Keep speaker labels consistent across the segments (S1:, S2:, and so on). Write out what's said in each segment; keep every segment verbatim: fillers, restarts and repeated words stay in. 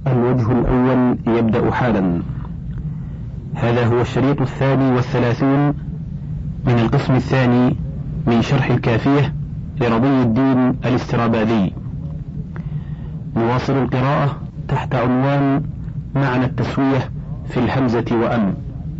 S1: الوجه الأول يبدأ حالا. هذا هو الشريط الثاني والثلاثون من القسم الثاني من شرح الكافية لرضي الدين الاستراباذي. نواصل القراءة تحت عنوان معنى التسوية في الهمزة وأم.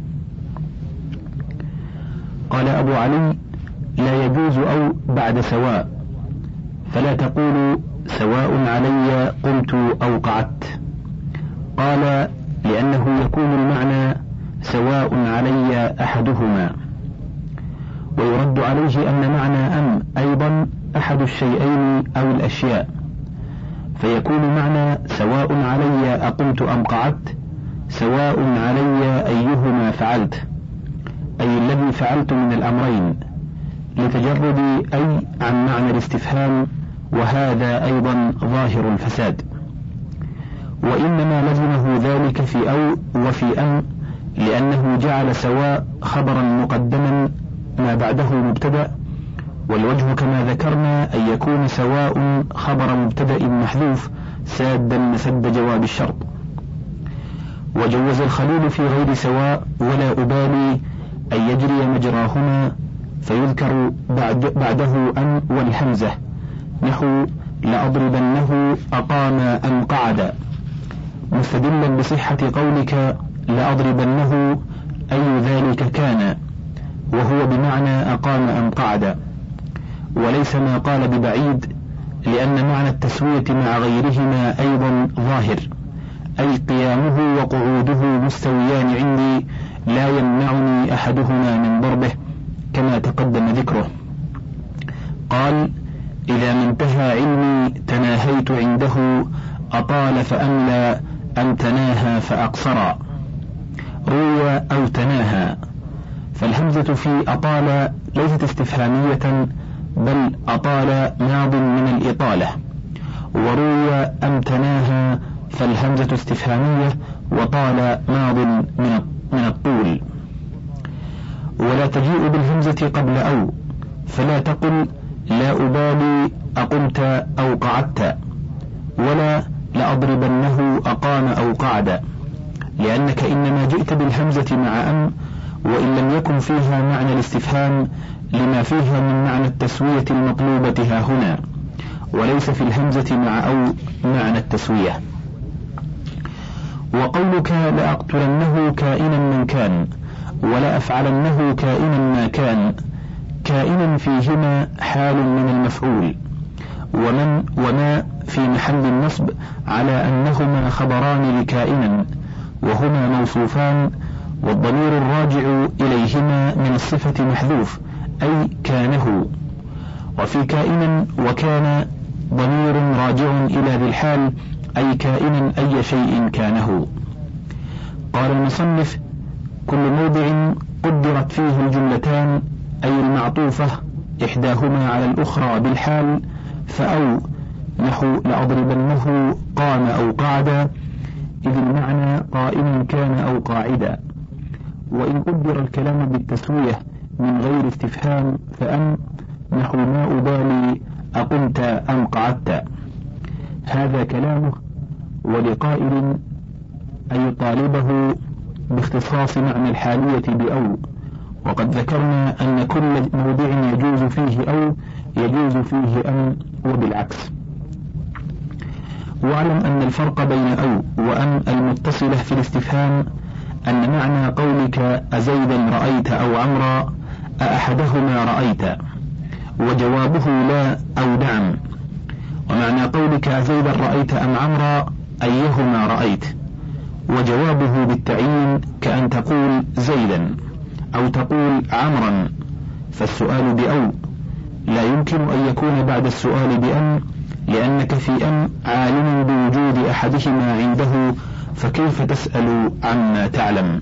S1: قال أبو علي: لا يجوز أو بعد سواء، فلا تقولوا سواء علي قمت أو قعدت. قال: لأنه يكون المعنى سواء علي أحدهما. ويرد عليه أن معنى أم أيضا أحد الشيئين أو الأشياء، فيكون معنى سواء علي أقمت أم قعدت سواء علي أيهما فعلت، أي الذي فعلت من الأمرين، لتجرد أي عن معنى الاستفهام، وهذا أيضا ظاهر الفساد. وإنما لزمه ذلك في أو وفي أم، لأنه جعل سواء خبرا مقدما ما بعده مبتدأ، والوجه كما ذكرنا أن يكون سواء خبر مبتدأ محذوف سادا مسد جواب الشرط. وجوز الخليل في غير سواء ولا أبالي أن يجري مجراهما، فيذكر بعد بعده أم والهمزة، نحو لأضربنه أقام أم قعد، مستدلا بصحة قولك لأضربنه أي ذلك كان، وهو بمعنى أقام أم قعد، وليس ما قال ببعيد، لأن معنى التسوية مع غيرهما أيضا ظاهر، أي قيامه وقعوده مستويان عندي، لا يمنعني أحدهما من ضربه، كما تقدم ذكره. قال: إذا ما انتهى علمي تناهيت عنده، أطال فأملى أم تناهى فأقصرا. روى أو تناهى، فالهمزة في أطال ليست استفهامية، بل أطال ماض من الإطالة. وروى أم تناهى، فالهمزة استفهامية، وطال ماض من من الطول. ولا تجيء بالهمزة قبل أو، فلا تقل لا أبالي أقمت أو قعدت، ولا لأضربنه أقام أو قعد، لأنك إنما جئت بالهمزة مع أم، وإن لم يكن فيها معنى الاستفهام، لما فيها من معنى التسوية المطلوبة ها هنا، وليس في الهمزة مع أو معنى التسوية. وقولك لأقتلنه كائنا من كان، ولا أفعلنه كائنا ما كان، كائنا فيهما حال من المفعول، ومن وما في محل النصب على أنهما خبران لكائنا، وهما موصوفان، والضمير الراجع إليهما من الصفة محذوف، أي كانه. وفي كائنا وكان ضمير راجع إلى ذي الحال، أي كائنا أي شيء كانه. قال المصنف: كل موضع قدرت فيه الجملتان، أي المعطوفة إحداهما على الأخرى بالحال، فأو نحو لأضربنه قام أو قعد، إذ المعنى قائما كان أو قاعدا. وإن قدر الكلام بالتسوية من غير استفهام، فأم نحو ما أبالي أقمت أم قعدت. هذا كلامه، ولقائل أن يطالبه باختصاص معنى الحالية بأو، وقد ذكرنا أن كل موضع يجوز فيه أو يجوز فيه أم، وبالعكس. واعلم أن الفرق بين أو وأم المتصلة في الاستفهام أن معنى قولك أزيدا رأيت أو عمرا أأحدهما رأيت، وجوابه لا أو نعم. ومعنى قولك أزيدا رأيت أم عمرا أيهما رأيت، وجوابه بالتعيين، كأن تقول زيدا أو تقول عمرا، فالسؤال بأو لا يمكن أن يكون بعد السؤال بأم، لأنك في أم عالم بوجود أحدهما عنده، فكيف تسأل عما تعلم.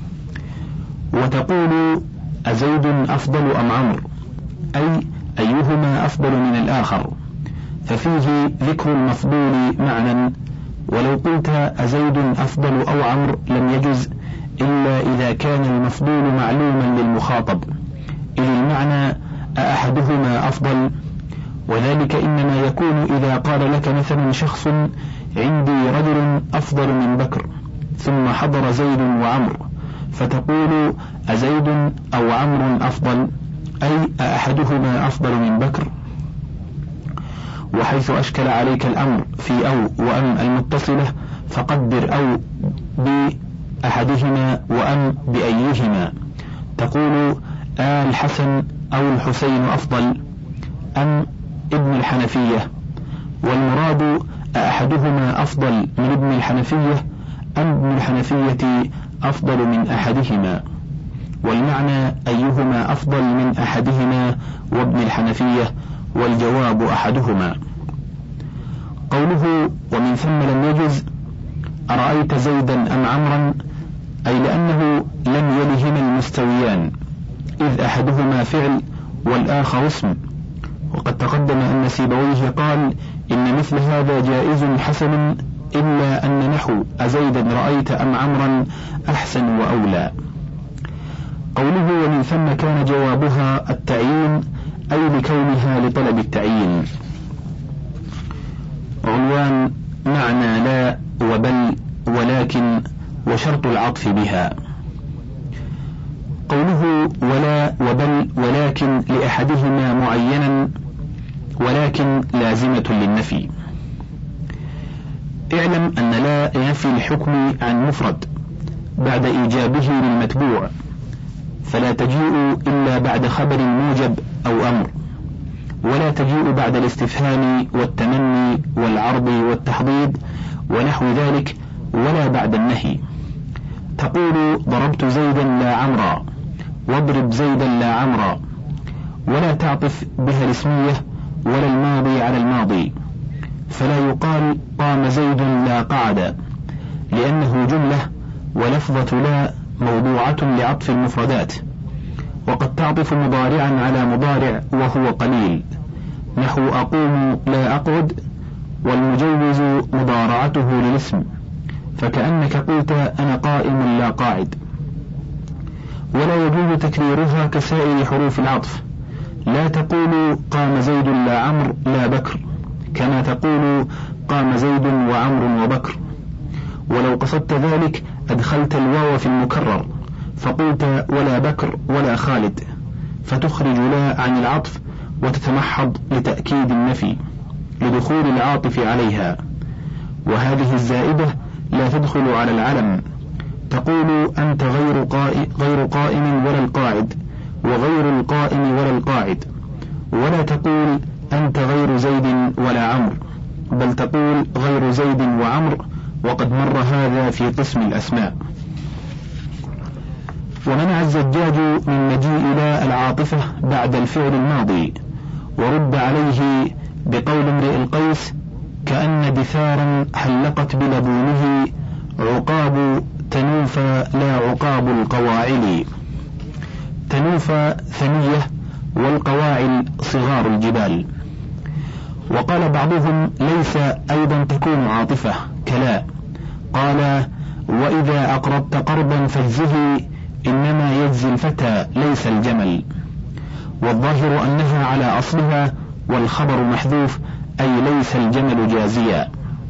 S1: وتقول أزيد أفضل أم عمرو، أي أيهما أفضل من الآخر، ففيه ذكر المفضول معنى. ولو قلت أزيد أفضل أو عمرو لم يجز، إلا إذا كان المفضول معلوما للمخاطب، إذ المعنى أأحدهما أفضل، وذلك إنما يكون إذا قال لك مثلا شخص عندي رجل أفضل أفضل من بكر، ثم حضر زيد وعمر، فتقول أزيد أو عمرو أفضل، أي أحدهما أفضل من بكر؟ وحيث أشكل عليك الأمر في أو وأم المتصلة فقدر أو بأحدهما وأم بأيهما، تقول آل الحسن أو الحسين أفضل أم ابن الحنفية، والمراد أحدهما أفضل من ابن الحنفية أم ابن الحنفية أفضل من أحدهما، والمعنى أيهما أفضل من أحدهما وابن الحنفية، والجواب أحدهما. قوله ومن ثم لم يجز أرأيت زيدا أم عمرا، أي لأنه لم يلهما المستويان، إذ أحدهما فعل والآخر اسم، وقد تقدم أن سيبويه قال إن مثل هذا جائز حسن، إلا أن نحو أزيدا رأيت أم عمرا أحسن وأولى. قوله ومن ثم كان جوابها التعيين، أي لكونها لطلب التعيين. عنوان معنى لا وبل ولكن وشرط العطف بها. قوله ولا وبل ولكن لأحدهما معينا، ولكن لازمة للنفي. اعلم أن لا ينفي الحكم عن مفرد بعد إيجابه للمتبوع، فلا تجيء إلا بعد خبر موجب أو أمر، ولا تجيء بعد الاستفهام والتمني والعرض والتحضيض ونحو ذلك، ولا بعد النهي. تقول ضربت زيدا لا عمرا، واضرب زيدا لا عمرا، ولا تعطف بها الاسمية ولا الماضي على الماضي، فلا يقال قام زيد لا قعد، لأنه جملة ولفظة لا موضوعة لعطف المفردات، وقد تعطف مضارعا على مضارع وهو قليل، نحو أقوم لا أقعد، والمجوز مضارعته للاسم، فكأنك قلت أنا قائم لا قاعد. ولا يجوز تكريرها كسائر حروف العطف، لا تقول قام زيد لا عمرو لا بكر، كما تقول قام زيد وعمر وبكر. ولو قصدت ذلك أدخلت الواو في المكرر فقلت ولا بكر ولا خالد، فتخرج لا عن العطف وتتمحض لتأكيد النفي لدخول العاطف عليها. وهذه الزائدة لا تدخل على العلم، تقول أنت غير قائم, غير قائم ولا القاعد، وغير القائم ولا القاعد، ولا تقول أنت غير زيد ولا عمرو، بل تقول غير زيد وعمر، وقد مر هذا في قسم الأسماء. ومنع الزجاج من مجيء لا العاطفة بعد الفعل الماضي، ورد عليه بقول امرئ القيس كأن دثارا حلقت بلبونه عقاب تنوفى لا عقاب القواعل. تنوفى ثنية والقواعل صغار الجبال. وقال بعضهم ليس أيضا تكون عاطفة كلا، قال وإذا أقرضت قرضا فاجزه، إنما يجزي الفتى ليس الجمل. والظاهر أنها على أصلها والخبر محذوف، أي ليس الجمل جازيا.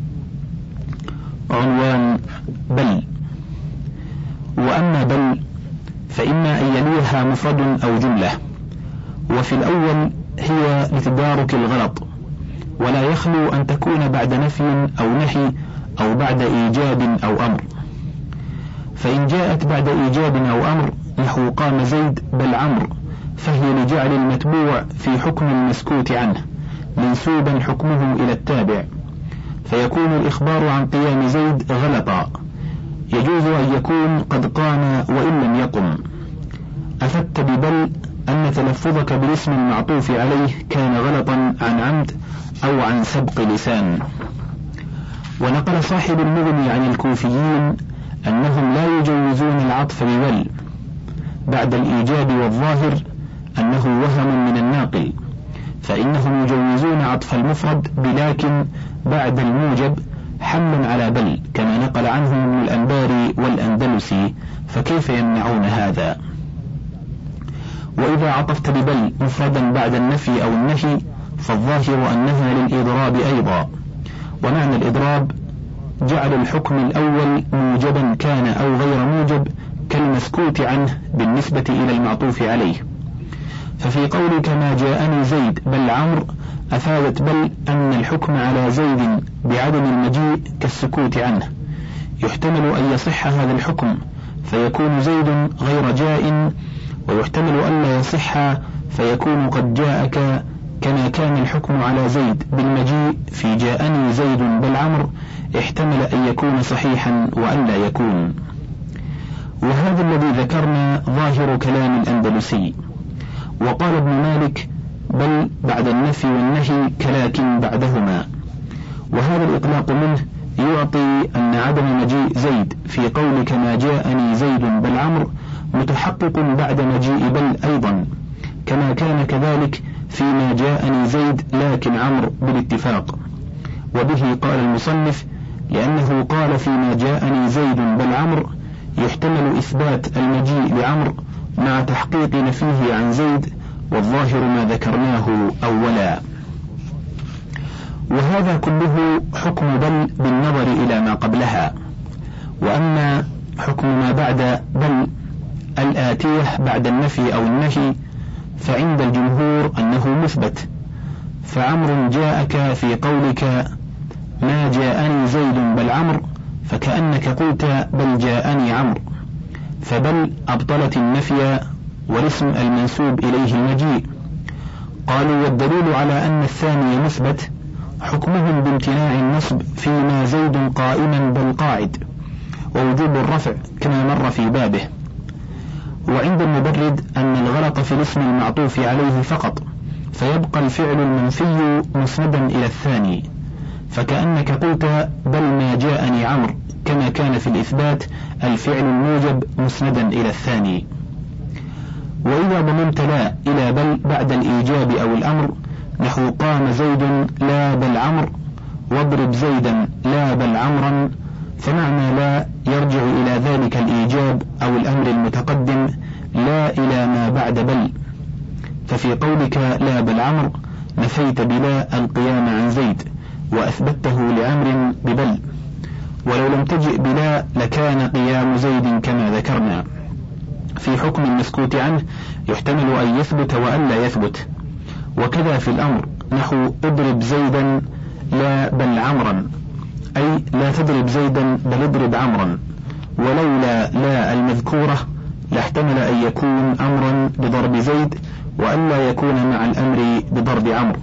S1: عنوان بل. وأما بل فإما أن يليها مفرد أو جملة، وفي الأول هي لتدارك الغلط، ولا يخلو أن تكون بعد نفي أو نهي أو بعد إيجاب أو أمر. فإن جاءت بعد إيجاب أو أمر نحو قام زيد بل عمرو، فهي لجعل المتبوع في حكم المسكوت عنه منسوبا حكمه إلى التابع، فيكون الإخبار عن قيام زيد غلطا، يجوز أن يكون قد قام وإن لم يقم. أفدت ببل أن تلفظك بالاسم المعطوف عليه كان غلطا عن عمد أو عن سبق لسان. ونقل صاحب المغني عن الكوفيين أنهم لا يجوزون العطف ببل بعد الإيجاب، والظاهر أنه وهم من الناقل، فإنهم يجوزون عطف المفرد بلكن بعد الموجب حملا على بل، كما نقل عنهم ابن الأنباري والأندلسي، فكيف يمنعون هذا؟ وإذا عطفت ببل مفردا بعد النفي أو النهي فالظاهر أنها للإضراب أيضا. ومعنى الإضراب جعل الحكم الأول موجبا كان أو غير موجب كالمسكوت عنه بالنسبة إلى المعطوف عليه. ففي قولك ما جاءني زيد بل عمرو أفادت بل أن الحكم على زيد بعدم المجيء كالسكوت عنه، يحتمل أن يصح هذا الحكم فيكون زيد غير جاء، ويحتمل ألا يصح فيكون قد جاءك، كما كان الحكم على زيد بالمجيء في جاءني زيد بل عمرو احتمل أن يكون صحيحا وألا يكون. وهذا الذي ذكرنا ظاهر كلام الأندلسي. وقال ابن مالك بل بعد النفي والنهي كلاكن بعدهما، وهذا الإطلاق منه يعطي أن عدم مجيء زيد في قولك ما جاءني زيد بل عمرو متحقق بعد مجيء بل أيضا، كما كان كذلك فيما جاءني زيد لكن عمرو بالاتفاق. وبه قال المصنف لأنه قال فيما جاءني زيد بل عمرو يحتمل إثبات المجيء لعمرو مع تحقيق نفيه عن زيد، والظاهر ما ذكرناه أولا. وهذا كله حكم بل بالنظر إلى ما قبلها. وأما حكم ما بعد بل الآتية بعد النفي أو النهي فعند الجمهور أنه مثبت، فعمر جاءك في قولك ما جاءني زيد بل عمرو فكأنك قلت بل جاءني عمرو، فبل أبطلت النفي والاسم المنسوب إليه المجيء. قالوا والدليل على أن الثاني مثبت حكمهم بامتناع النصب فيما زيد قائما بل قاعد، ووجوب الرفع كما مر في بابه. وعند المبرد أن الغلط في الاسم المعطوف عليه فقط، فيبقى الفعل المنفي مسندا إلى الثاني، فكأنك قلت بل ما جاءني عمرو، كما كان في الإثبات الفعل الموجب مسندا إلى الثاني. وإذا ضممت لا إلى بل بعد الإيجاب أو الأمر نحو قام زيد لا بل عمرو واضرب زيدا لا بل عمرا، فمعنى لا يرجع إلى ذلك الإيجاب أو الأمر المتقدم لا إلى ما بعد بل. ففي قولك لا بل عمرو نفيت بلا القيام عن زيد وأثبته لعمر ببل، ولو لم تجئ بلا لكان قيام زيد كما ذكرنا. في حكم المسكوت عنه يحتمل أن يثبت وأن لا يثبت، وكذا في الأمر نحو اضرب زيدا لا بل عمرا، أي لا تضرب زيدا بل اضرب عمرا، ولولا لا المذكورة لاحتمل أن يكون أمرا بضرب زيد وأن لا يكون مع الأمر بضرب عمرو.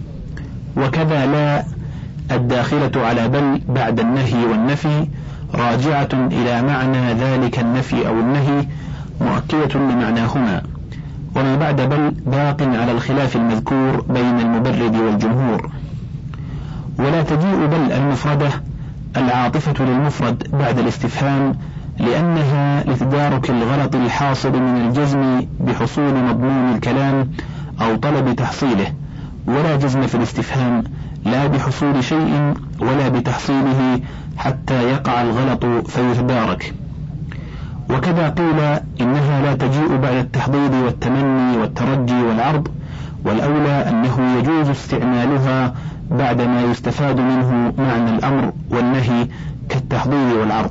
S1: وكذا لا الداخلة على بل بعد النهي والنفي راجعة إلى معنى ذلك النفي أو النهي مؤكدة لمعناهما، وما بعد بل باق على الخلاف المذكور بين المبرد والجمهور. ولا تجيء بل المفردة العاطفة للمفرد بعد الاستفهام لأنها لتدارك الغلط الحاصل من الجزم بحصول مضمون الكلام أو طلب تحصيله، ولا جزم في الاستفهام لا بحصول شيء ولا بتحصيله حتى يقع الغلط فيتدارك. وكذا قيل إنها لا تجيء بعد التحضيض والتمني والترجي والعرض، والأولى أنه يجوز استعمالها بعد ما يستفاد منه معنى الأمر والنهي كالتحضيض والعرض.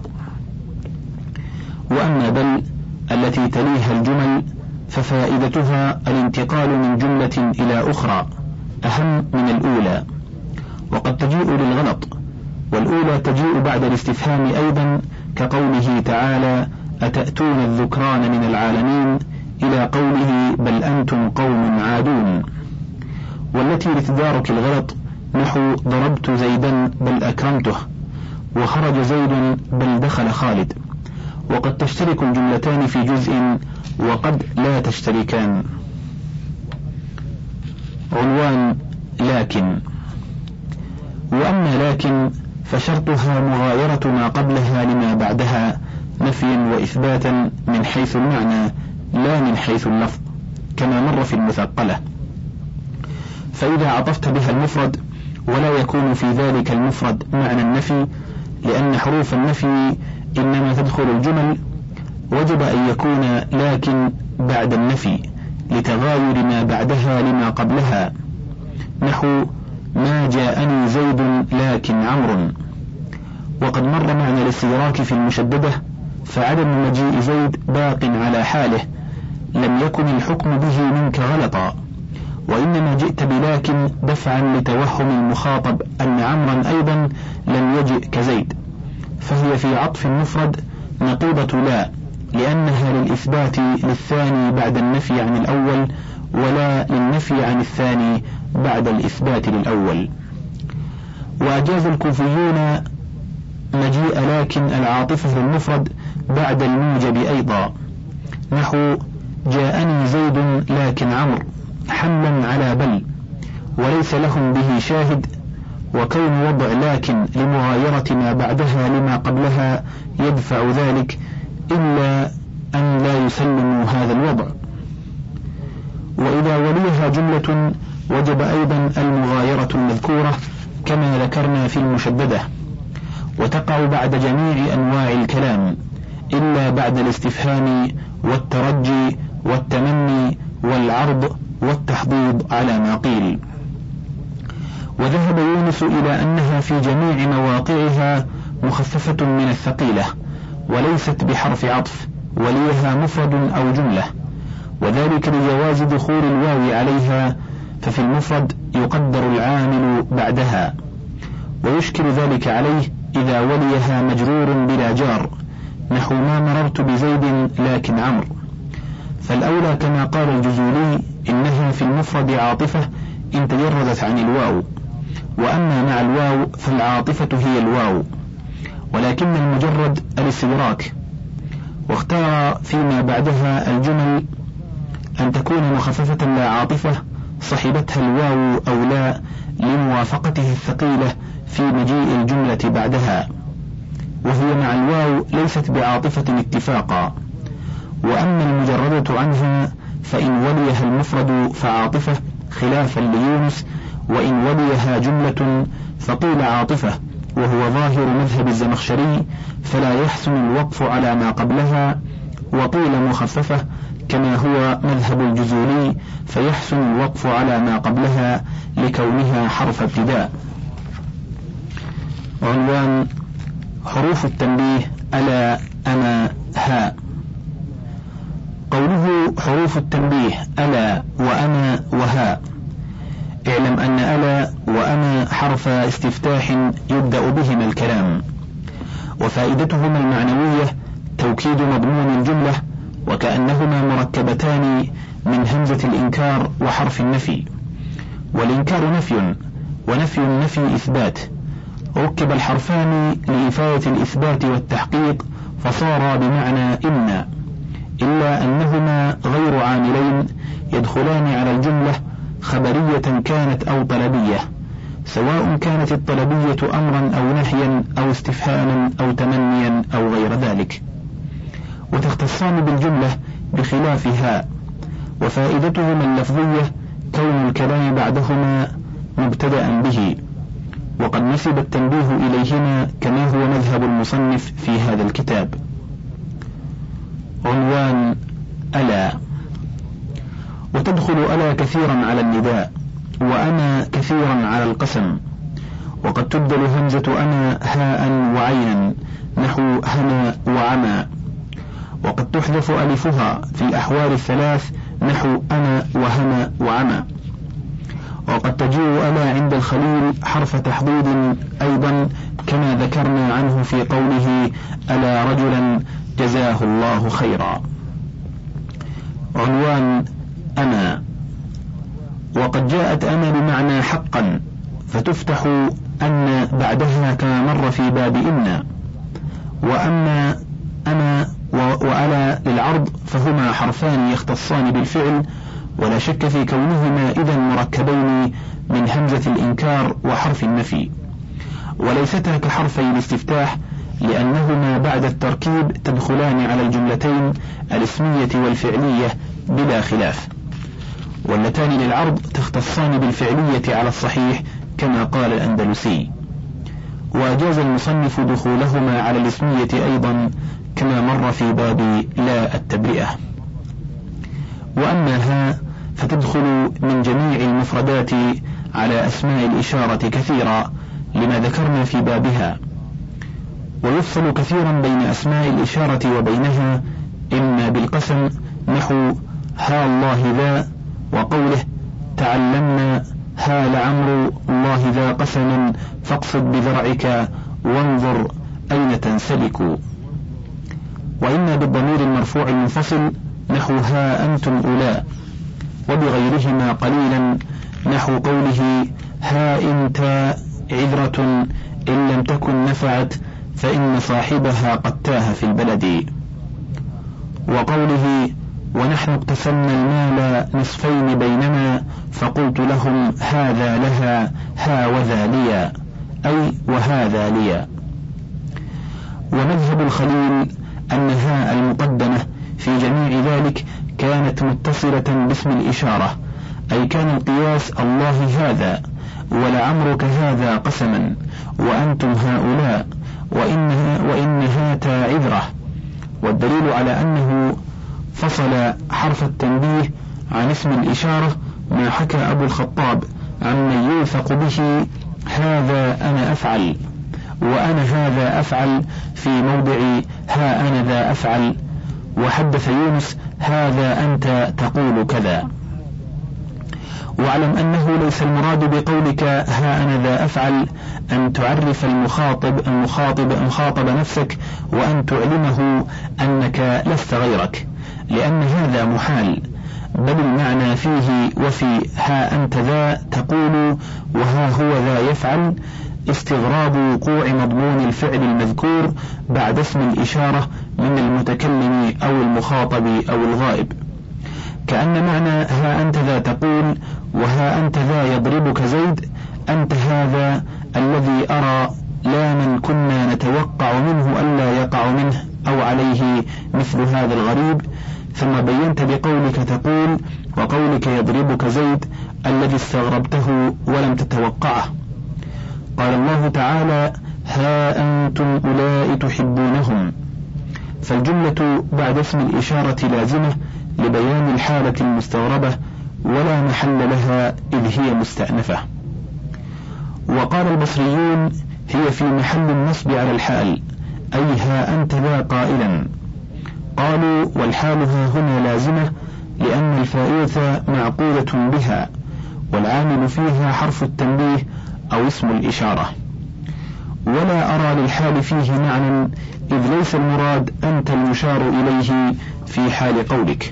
S1: وأما بل التي تليها الجمل ففائدتها الانتقال من جملة إلى أخرى أهم من الأولى، وقد تجيء للغلط، والأولى تجيء بعد الاستفهام أيضا كقوله تعالى أتأتون الذكران من العالمين إلى قوله بل أنتم قوم عادون. والتي لتدارك الغلط نحو ضربت زيدا بل أكرمته وخرج زيد بل دخل خالد. وقد تشترك الجملتان في جزء وقد لا تشتركان. عنوان لكن. وأما لكن فشرطها مغايرة ما قبلها لما بعدها نفيا وإثباتا من حيث المعنى لا من حيث اللفظ كما مر في المثقلة. فإذا عطفت بها المفرد ولا يكون في ذلك المفرد معنى النفي لأن حروف النفي إنما تدخل الجمل، وجب أن يكون لكن بعد النفي لتغاير ما بعدها لما قبلها، نحو ما جاءني زيد لكن عمرو. وقد مر معنى الاستدراك في المشددة، فعدم مجيء زيد باق على حاله، لم يكن الحكم به منك غلطا، وإنما جئت بلكن دفعا لتوهم المخاطب أن عمرا أيضا لم يجئ كزيد، فهي في عطف المفرد نقيضة لا، لأنها للإثبات للثاني بعد النفي عن الأول، ولا للنفي عن الثاني بعد الإثبات للأول. وأجاز الكوفيون مجيء لكن العاطفة للمفرد بعد الموجب أيضا، نحو جاءني زيد لكن عمرو، حملا على بل، وليس لهم به شاهد، وكون وضع لكن لمغايرة ما بعدها لما قبلها يدفع ذلك، إلا أن لا يسلموا هذا الوضع. وإذا وليها جملة وجب أيضا المغايرة المذكورة كما ذكرنا في المشددة، وتقع بعد جميع أنواع الكلام إلا بعد الاستفهام والترجي والتمني والعرض والتحضيض على ما قيل. وذهب يونس إلى أنها في جميع مواقعها مخففة من الثقيلة، وليست بحرف عطف، وليها مفرد أو جملة، وذلك لجواز دخول الواو عليها، ففي المفرد يقدر العامل بعدها، ويشكل ذلك عليه إذا وليها مجرور بلا جار، نحو ما مررت بزيد لكن عمرو. فالأولى كما قال الجزولي إنها في المفرد عاطفة إن تجردت عن الواو، وأما مع الواو فالعاطفة هي الواو، ولكن المجرد الاستدراك. واختار فيما بعدها الجمل أن تكون مخففة لا عاطفة صحبتها الواو أو لا لموافقته الثقيلة في مجيء الجملة بعدها، وهي مع الواو ليست بعاطفة اتفاقا. وأما المجردة عنها فإن وليها المفرد فعاطفة خلافا ليونس، وإن وليها جملة فقيل عاطفة، وهو ظاهر مذهب الزمخشري، فلا يحسن الوقف على ما قبلها، وقيل مخففة كما هو مذهب الجزولي، فيحسن الوقف على ما قبلها لكونها حرف ابتداء. عنوان: حروف التنبيه ألا أنا ها. قوله حروف التنبيه ألا وأنا وها، اعلم أن ألا وأنا حرف استفتاح يبدأ بهما الكلام، وفائدتهما المعنوية توكيد مضمون الجملة، وكأنهما مركبتان من همزة الإنكار وحرف النفي، والإنكار نفي، ونفي النفي إثبات، ركب الحرفان لإفادة الإثبات والتحقيق فصارا بمعنى إن، إلا أنهما غير عاملين يدخلان على الجملة خبرية كانت أو طلبية، سواء كانت الطلبية أمرا أو نهيا أو استفهاما أو تمنيا أو غير ذلك، وتختصان بالجملة بخلافها. وفائدتهما اللفظية كون الكلام بعدهما مبتدأ به، وقد نسب التنبيه إليهما كما هو مذهب المصنف في هذا الكتاب. عنوان: ألا. وتدخل ألا كثيرا على النداء، وأنا كثيرا على القسم، وقد تبدل همزة أنا هاء وعينا نحو هنا وعمى، وقد تحذف ألفها في الأحوال الثلاث نحو أنا وهنا وعمى، وقد تجيء ألا عند الخليل حرف تحضيض أيضا كما ذكرنا عنه في قوله ألا رجلا جزاه الله خيرا. عنوان: أنا. وقد جاءت أنا بمعنى حقا، فتفتح أن بعدها كما مر في باب إن. وأما أنا وألا للعرض فهما حرفان يختصان بالفعل، ولا شك في كونهما إذا مركبين من همزة الإنكار وحرف النفي، وليستا كحرفي الاستفتاح، لأنهما بعد التركيب تدخلان على الجملتين الاسمية والفعلية بلا خلاف، واللتان للعرض تختصان بالفعلية على الصحيح كما قال الأندلسي. وأجاز المصنف دخولهما على الاسمية أيضا كما مر في باب لا التبرئة. وأما ها فتدخل من جميع المفردات على أسماء الإشارة كثيرا لما ذكرنا في بابها، ويفصل كثيرا بين أسماء الإشارة وبينها إما بالقسم نحو ها الله ذا، وقوله تعلمنا ها لعمر الله ذا قسم فاقصد بذرعك وانظر أين تنسلك. وإما بالضمير المرفوع المنفصل نحو ها أنتم أولاء، وبغيرهما قليلا نحو قوله ها انت عذرة إن لم تكن نفعت فإن صاحبها قد تاه في البلد، وقوله ونحن اقتسمنا المال نصفين بيننا فقلت لهم هذا لها ها وذا لي، أي وهذا لي. ومذهب الخليل أن ها المقدمة في جميع ذلك كانت متصلة باسم الإشارة، أي كان القياس الله هذا ولعمرك هذا قسما وأنتم هؤلاء وإنها وإنها تعذرة. والدليل على أنه فصل حرف التنبيه عن اسم الإشارة ما حكى أبو الخطاب عمن يوثق به هذا أنا أفعل وأنا هذا أفعل في موضع ها أنا ذا أفعل، وحدث يونس هذا أنت تقول كذا. واعلم أنه ليس المراد بقولك ها أنا ذا أفعل أن تعرف المخاطب المخاطب المخاطب نفسك وأن تعلمه أنك لست غيرك، لأن هذا محال، بل المعنى فيه وفي ها أنت ذا تقول وها هو ذا يفعل استغراب وقوع مضمون الفعل المذكور بعد اسم الإشارة من المتكلم أو المخاطب أو الغائب، كأن معنى ها أنت ذا تقول وها أنت ذا يضربك زيد أنت هذا الذي أرى لا من كنا نتوقع منه ألا يقع منه أو عليه مثل هذا الغريب، ثم بينت بقولك تقول وقولك يضربك زيد الذي استغربته ولم تتوقعه. قال الله تعالى ها أنتم أولئك تحبونهم، فالجملة بعد اسم الإشارة لازمة لبيان الحالة المستغربة ولا محل لها إذ هي مستأنفة. وقال البصريون هي في محل النصب على الحال، أي ها أنت ذا قائلا. قالوا والحال ها هنا لازمة لأن الفائدة معقولة بها والعامل فيها حرف التنبيه أو اسم الإشارة، ولا أرى للحال فيه معنى إذ ليس المراد أنت المشار إليه في حال قولك.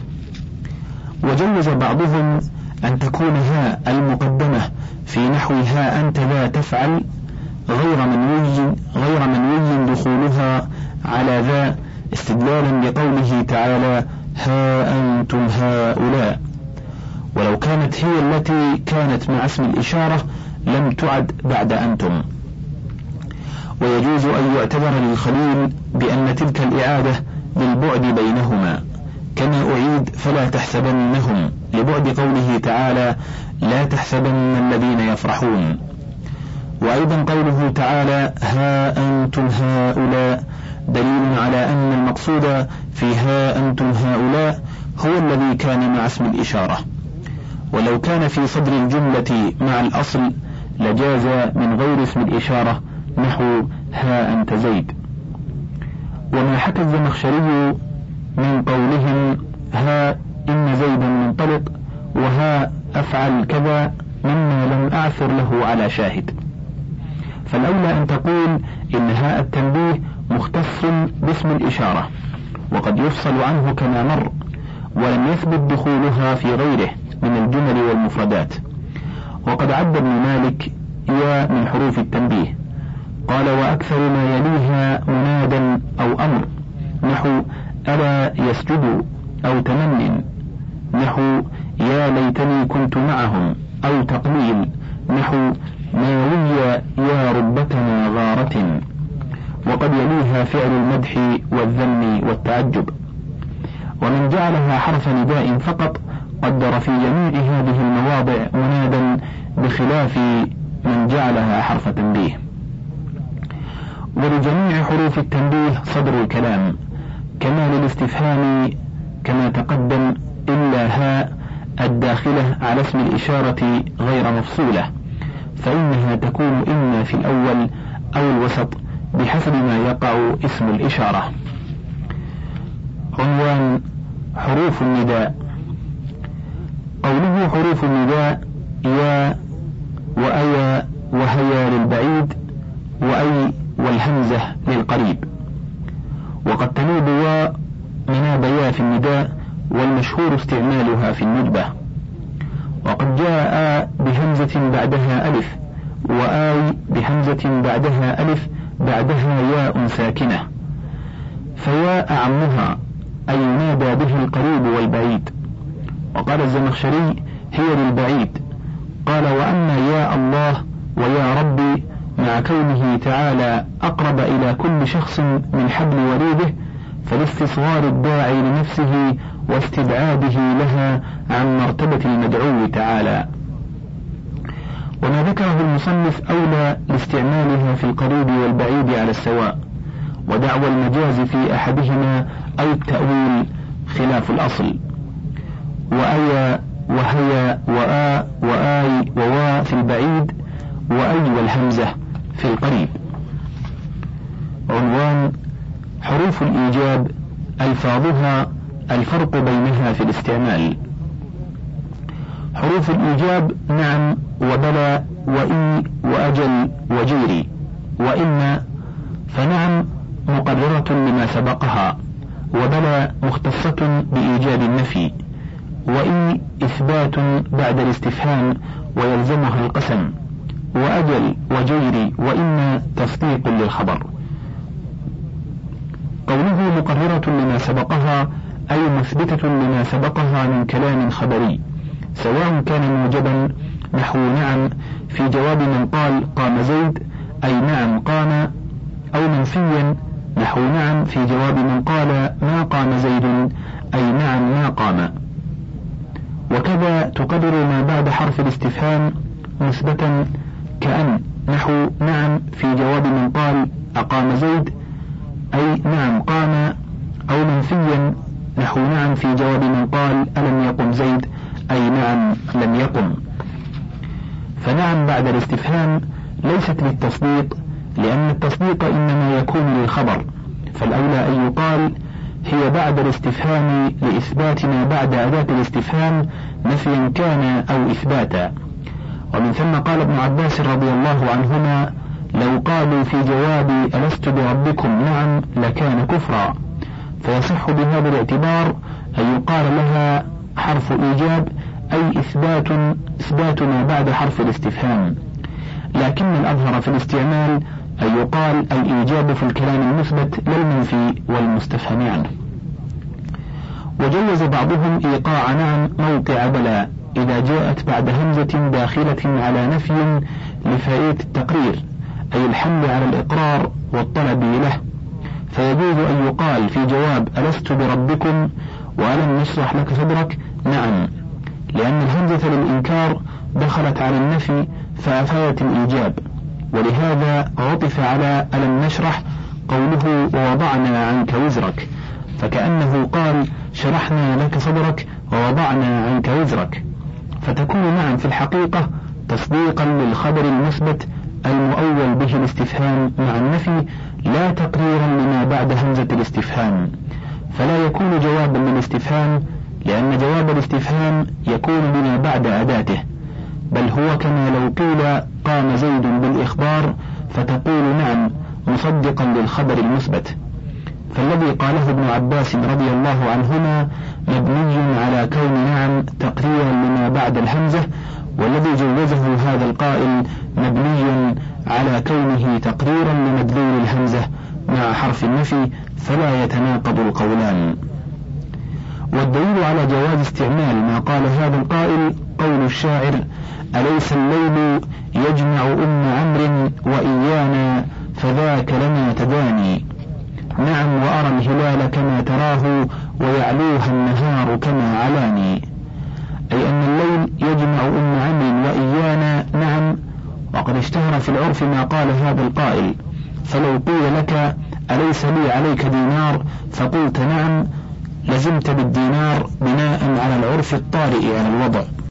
S1: وجوز بعضهم أن تكون ها المقدمة في نحو ها أنت ذا تفعل غير منوي غير منوي دخولها على ذا استدلالا لقوله تعالى ها أنتم هؤلاء، ولو كانت هي التي كانت مع اسم الإشارة لم تعد بعد أنتم. ويجوز أن يعتبر للخليل بأن تلك الإعادة للبعد بينهما، كما أعيد فلا تحسبنهم لبعد قوله تعالى لا تحسبن الذين يفرحون. وأيضا قوله تعالى ها أنتم هؤلاء دليل على أن المقصود في ها أنتم هؤلاء هو الذي كان مع اسم الإشارة، ولو كان في صدر الجملة مع الأصل لجاز من غير اسم الإشارة نحو ها أنت زيد. وما حكى الزمخشري من قولهم ها إن زيدا منطلق وها أفعل كذا مما لم أعثر له على شاهد، فالأولى أن تقول إن هاء التنبيه مختص باسم الإشارة وقد يفصل عنه كما مر، ولم يثبت دخولها في غيره من الجمل والمفردات. وقد عد ابن مالك يا من حروف التنبيه، قال وأكثر ما يليها منادا أو أمر نحو ألا يسجدوا أو تمن نحو يا ليتني كنت معهم أو تقليل نحو ناوي يا ربتنا غارة. وقد يليها فعل المدح والذم والتعجب. ومن جعلها حرف نداء فقط قدر في جميع هذه المواضع منادا بخلاف من جعلها حرف تنبيه. ولجميع حروف التنبيه صدر الكلام كما للاستفهام كما تقدم إلا هاء الداخلة على اسم الإشارة غير مفصولة، فإنها تكون إما في الأول أو الوسط بحسب ما يقع اسم الإشارة. عنوان: حروف النداء. قوله حروف النداء: يا وأيا وهيا للبعيد، وأي والهمزة للقريب. وقد تنوب و مناب يا في النداء، والمشهور استعمالها في الندبة. وقد جاء بهمزة بعدها ألف، وآي بهمزة بعدها ألف بعدها ياء ساكنة، فيا أعمها أي ينادى به القريب والبعيد. وقال الزمخشري: هي للبعيد. قال: وأما يا الله ويا ربي مع كونه تعالى أقرب إلى كل شخص من حبل وريده، فلاستصغار الداعي لنفسه واستبعاده لها عن مرتبة المدعو تعالى. وما ذكره المصنف أولى لاستعمالها في القريب والبعيد على السواء، ودعوى المجاز في أحدهما أو التأويل خلاف الأصل. وأيا وهيا وآ وآي ووا في البعيد، وأي والهمزة في القريب. عنوان: حروف الإيجاب ألفاظها، الفرق بينها في الاستعمال. حروف الإيجاب: نعم وبلى وإي وأجل وجيري. وإن فنعم مقررة لما سبقها، وبلى مختصة بإيجاب النفي، وإي إثبات بعد الاستفهام ويلزمها القسم، وأجل وجيري وإن تصديق للخبر. قوله مقررة لما سبقها أي مثبتة لما سبقها من كلام خبري، سواء كان موجبا نحو نعم في جواب من قال قام زيد أي نعم قام، أو منفيا نحو نعم في جواب من قال ما قام زيد أي نعم ما قام. وكذا تقرر ما بعد حرف الاستفهام مثبتا كأن نحو نعم في جواب من قال أقام زيد أي نعم قام، أو منفيا نحو نعم في جواب من قال ألم يقم زيد أي نعم لم يقم. فنعم بعد الاستفهام ليست للتصديق، لأن التصديق إنما يكون للخبر، فالأولى أن يقال هي بعد الاستفهام لإثبات ما بعد أداة الاستفهام نفيا كان أو إثباتا. ومن ثم قال ابن عباس رضي الله عنهما: لو قالوا في جوابي ألست بربكم نعم لكان كفرا. فيصح بهذا الاعتبار أن يقال لها حرف إيجاب أي إثبات إثبات ما بعد حرف الاستفهام، لكن الأظهر في الاستعمال أن يقال الإيجاب في الكلام المثبت للمنفي والمستفهم عنه. وجوز بعضهم إيقاع نعم موقع بلى إذا جاءت بعد همزة داخلة على نفي لفائدة التقرير، أي الحمل على الإقرار والطلب له، فيجوز أن يقال في جواب ألست بربكم وألم نشرح لك صدرك نعم، لأن الهمزة للإنكار دخلت على النفي فأفادت الإيجاب، ولهذا عطف على ألم نشرح قوله ووضعنا عنك وزرك، فكأنه قال شرحنا لك صدرك ووضعنا عنك وزرك، فتكون نعم في الحقيقة تصديقا للخبر المثبت المؤول به الاستفهام مع النفي، لا تقريرا لما بعد همزة الاستفهام، فلا يكون جوابا للاستفهام، لأن جواب الاستفهام يكون بما بعد أداته، بل هو كما لو قيل قام زيد بالإخبار فتقول نعم مصدقا للخبر المثبت. فالذي قاله ابن عباس رضي الله عنهما مبني على كون نعم تقريرا لما بعد الهمزة، والذي جوزه هذا القائل مبني على كونه تقريرا لمدلول الهمزة مع حرف النفي، فلا يتناقض القولان. والدليل على جواز استعمال ما قال هذا القائل قول الشاعر: أليس الليل يجمع أم عمرو وإيانا فذاك لنا تداني، نعم وأرى الهلال كما تراه ويعلوها النهار كما علاني، أي أن الليل يجمع أم عمرو وإيانا نعم. وقد اشتهر في العرف ما قال هذا القائل، فلو قيل لك أليس لي عليك دينار فقلت نعم لزمت بالدينار بناء على العرف الطارئ على الوضع،